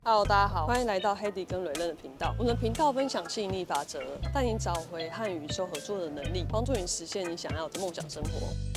Hello， 大家好，欢迎来到 Hedy 跟蕊任的频道。我们的频道分享吸引力法则，带你找回和宇宙合作的能力，帮助你实现你想要的梦想生活。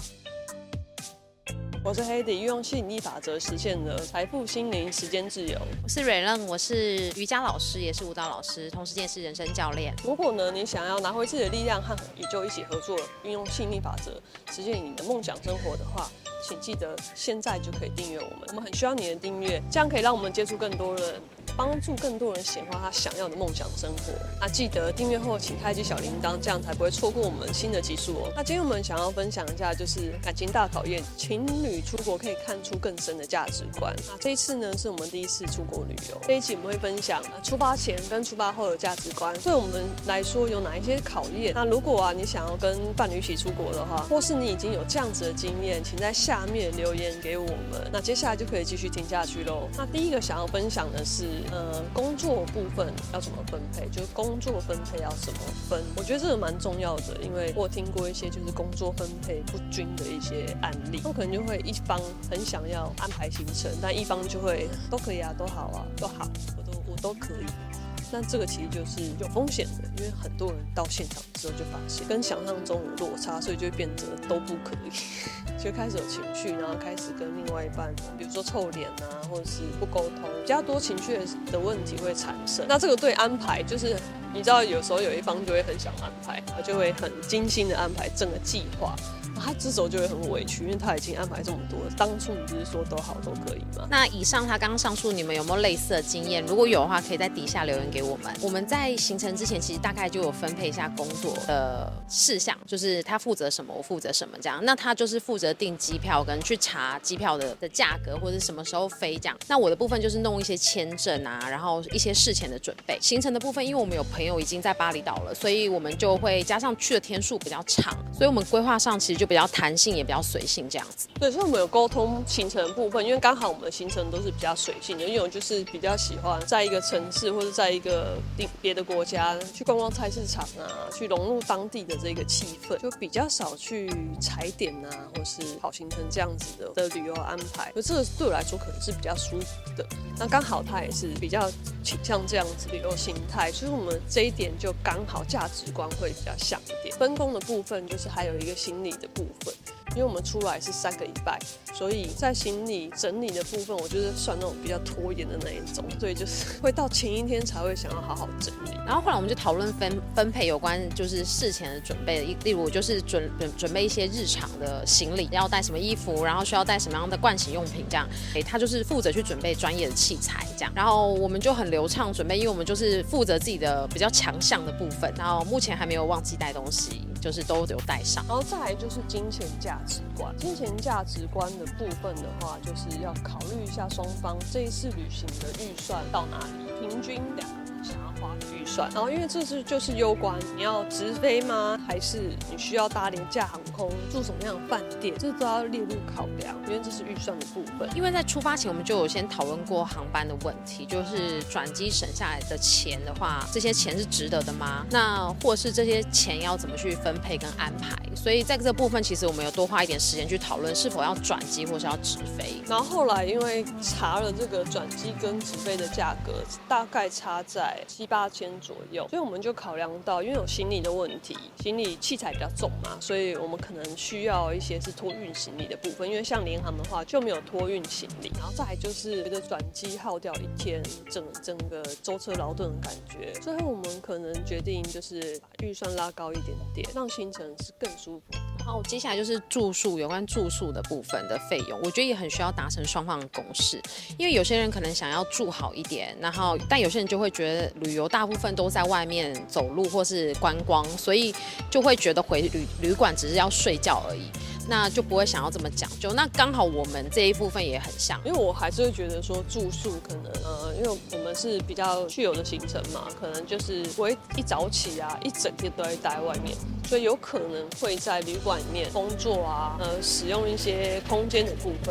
我是 Hedy， 运用吸引力法则实现了财富、心灵、时间自由。 我是蕊任，我是瑜伽老师，也是舞蹈老师，同时也是人生教练。 如果呢，你想要拿回自己的力量，和宇宙一起合作，运用吸引力法则实现你的梦想生活的话，请记得现在就可以订阅我们。我们很需要你的订阅，这样可以让我们接触更多人，帮助更多人显化他想要的梦想生活。那记得订阅后请开启小铃铛，这样才不会错过我们新的集数哦。那今天我们想要分享一下，就是感情大考验，情侣出国可以看出更深的价值观。那这一次呢，是我们第一次出国旅游。这一集我们会分享出发前跟出发后的价值观，对我们来说有哪一些考验。那如果你想要跟伴侣一起出国的话，或是你已经有这样子的经验，请在下面留言给我们。那接下来就可以继续听下去喽。那第一个想要分享的是，工作部分要怎么分配，就是工作分配要怎么分。我觉得这个蛮重要的，因为我有听过一些就是工作分配不均的一些案例，我可能就会一方很想要安排行程，但一方就会都可以啊，都好啊，都好，我都可以。那这个其实就是有风险的，因为很多人到现场之后就发现跟想象中有落差，所以就会变成都不可以，就开始有情绪，然后开始跟另外一半，比如说臭脸啊，或者是不沟通，比较多情绪的问题会产生。那这个对安排就是。你知道有时候有一方就会很想安排，他就会很精心的安排整个计划，他这时候就会很委屈，因为他已经安排这么多了，当初你不是说都好都可以吗？ 那以上他刚刚上述，你们有没有类似的经验？如果有的话，可以在底下留言给我们。我们在行程之前，其实大概就有分配一下工作的事项，就是他负责什么，我负责什么这样。那他就是负责订机票跟去查机票的价格，或者什么时候飞这样。那我的部分就是弄一些签证啊，然后一些事前的准备。行程的部分，因为我们有朋友已经在巴厘岛了，所以我们就会加上去的天数比较长，所以我们规划上其实就比较弹性，也比较随性这样子。 对，所以我们有沟通行程的部分，因为刚好我们的行程都是比较随性的，因为我就是比较喜欢在一个城市或者在一个别的国家去逛逛菜市场啊，去融入当地的这个气氛，就比较少去踩点啊，或是跑行程这样子的旅游安排。所以这个对我来说可能是比较舒服的。那刚好他也是比较倾向这样子旅游形态，所以我们这一点就刚好价值观会比较像一点。分工的部分就是还有一个行李的部分，因为我们出来是3个礼拜，所以在行李整理的部分，我就是算那种比较拖延的那一种，所以就是会到前一天才会想要好好整理。 然后后来我们就讨论分配有关就是事前的准备，例如就是准备一些日常的行李，要带什么衣服，然后需要带什么样的盥洗用品这样。他就是负责去准备专业的器材这样，然后我们就很流畅准备，因为我们就是负责自己的比较强项的部分，然后目前还没有忘记带东西，就是都有带上。 然后再来就是金钱价值观，金钱价值观的部分的话，就是要考虑一下双方这一次旅行的预算到哪里，平均2个人想要花的预算。然后因为这就是攸关你要直飞吗，还是你需要搭廉价航空，住什么样的饭店，这都要列入考量，因为这是预算的部分。 因为在出发前我们就有先讨论过航班的问题，就是转机省下来的钱的话，这些钱是值得的吗？那或是这些钱要怎么去分配跟安排？所以在这个部分，其实我们有多花一点时间去讨论是否要转机或是要直飞。 然后后来因为查了这个转机跟直飞的价格，大概差在7、8千左右，所以我们就考量到，因为有行李的问题，行李器材比较重嘛，所以我们可能需要一些是托运行李的部分，因为像联航的话就没有托运行李。然后再来就是觉得转机耗掉1天，整个舟车劳顿的感觉，最后我们可能决定就是把预算拉高一点点，让行程是更舒服。 然后接下来就是住宿，有关住宿的部分的费用，我觉得也很需要达成双方的共识，因为有些人可能想要住好一点，但有些人就会觉得旅游大部分都在外面走路或是观光，所以就会觉得回旅馆只是要睡觉而已，那就不会想要这么讲究。那刚好我们这一部分也很像， 因为我还是会觉得说住宿可能因为我们是比较去游的行程嘛，可能就是不会一早起啊，一整天都会待在外面，所以有可能会在旅馆里面工作啊，使用一些空间的部分。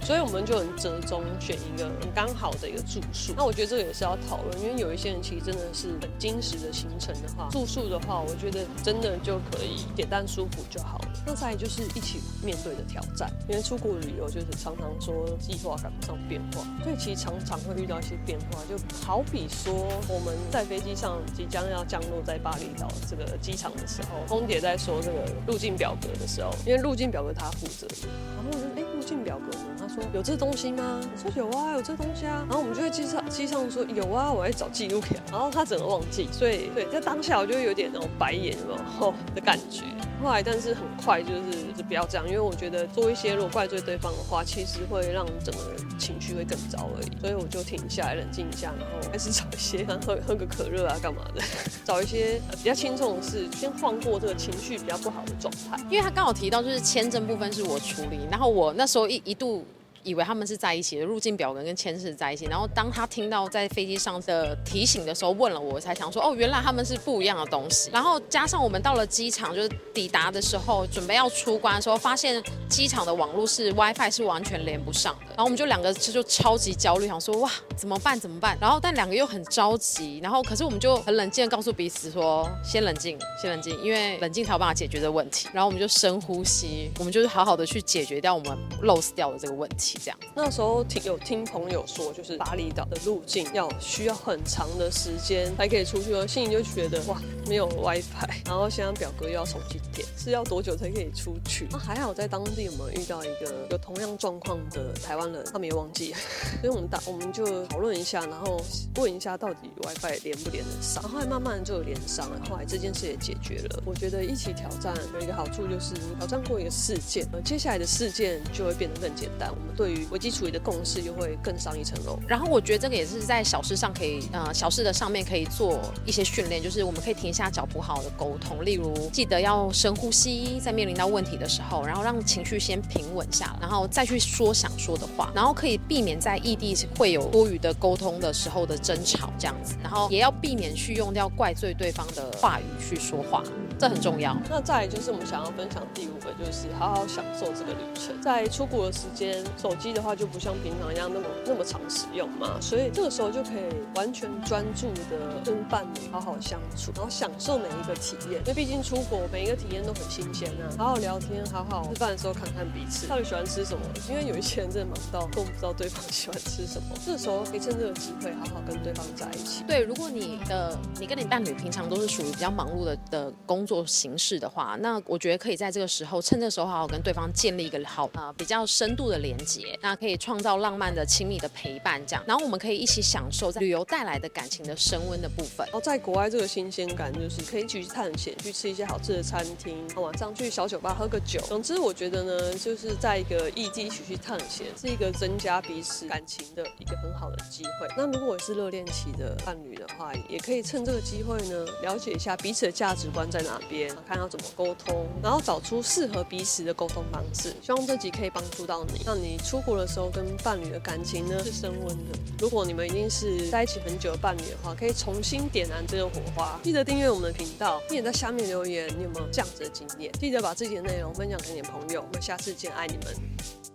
所以我们就很折中选一个很刚好的一个住宿。那我觉得这个也是要讨论，因为有一些人其实真的是很精实的行程的话，住宿的话，我觉得真的就可以简单舒服就好了。那再来就是一起面对的挑战，因为出国旅游就是常常说计划赶不上变化，所以其实常常会遇到一些变化，就好比说我们在飞机上即将要降落在巴厘岛这个机场的时候，空姐在说这个入境表格的时候，因为入境表格她负责的，然后我就入境表格呢，她说有这东西吗？我说有啊，有这东西啊，然后我们就在机上说有啊，我在找记录表，然后她整个忘记，所以对，在当下我就有点那种白眼的感觉。后来，但是很快就是不要这样，因为我觉得做一些如果怪罪对方的话，其实会让整个人情绪会更糟而已。所以我就停下来冷静一下，然后开始找一些喝个可热啊，干嘛的，找一些比较轻松的事，先晃过这个情绪比较不好的状态。 因为他刚好提到就是签证部分是我处理，然后我那时候一度以为他们是在一起的，入境表格跟签是在一起。然后当他听到在飞机上的提醒的时候，问了我才想说，哦，原来他们是不一样的东西。然后加上我们到了机场，就是抵达的时候，准备要出关的时候，发现机场的网络是 WiFi 是完全连不上的。然后我们就两个就超级焦虑，想说哇怎么办？然后但两个又很着急，然后可是我们就很冷静的告诉彼此说，先冷静，因为冷静才有办法解决这个问题。然后我们就深呼吸，我们就是好好的去解决掉我们 lose 掉的这个问题。这样， 那时候有听朋友说，就是巴厘岛的路径需要很长的时间才可以出去，我心里就觉得哇，没有 WiFi， 然后现在表格又要重新填，是要多久才可以出去？那还好在当地我们遇到一个有同样状况的台湾人，他们也忘记，所以我们就讨论一下，然后问一下到底 WiFi 连不连得上，然后后来慢慢就有连上了，后来这件事也解决了。我觉得一起挑战有一个好处就是你挑战过一个事件，接下来的事件就会变得更简单，我们对于危机处理的共识又会更上一层楼。 然后我觉得这个也是在小事上可以小事的上面可以做一些训练，就是我们可以停下脚步好好的沟通，例如记得要深呼吸，在面临到问题的时候，然后让情绪先平稳下来，然后再去说想说的话，然后可以避免在异地会有多余的沟通的时候的争吵这样子，然后也要避免去用掉怪罪对方的话语去说话，这很重要。 那再来就是我们想要分享第5个，就是好好享受这个旅程。在出国的时间，手机的话就不像平常一样那么常使用嘛，所以这个时候就可以完全专注的跟伴侣好好相处，然后享受每一个体验。因为毕竟出国每一个体验都很新鲜啊，好好聊天，好好吃饭的时候看看彼此到底喜欢吃什么。因为有一些人真的忙到都不知道对方喜欢吃什么，这个时候可以趁这个机会好好跟对方在一起。 对，如果你跟你伴侣平常都是属于比较忙碌的工作形式的话，那我觉得可以在这个时候趁这个时候好好跟对方建立一个比较深度的连结，那可以创造浪漫的亲密的陪伴这样，然后我们可以一起享受在旅游带来的感情的升温的部分。 然后在国外这个新鲜感就是可以一起去探险，去吃一些好吃的餐厅，晚上去小酒吧喝个酒。总之我觉得呢，就是在一个异地一起去探险，是一个增加彼此感情的一个很好的机会。那如果是热恋期的伴侣的话，也可以趁这个机会呢，了解一下彼此的价值观在哪边，看要怎么沟通，然后找出适合彼此的沟通方式。希望这集可以帮助到你，让你出国的时候跟伴侣的感情呢是升温的。如果你们已经是在一起很久的伴侣的话，可以重新点燃这个火花。记得订阅我们的频道，并且在下面留言，你有没有这样子的经验？记得把自己的内容分享给你的朋友。我们下次见，爱你们。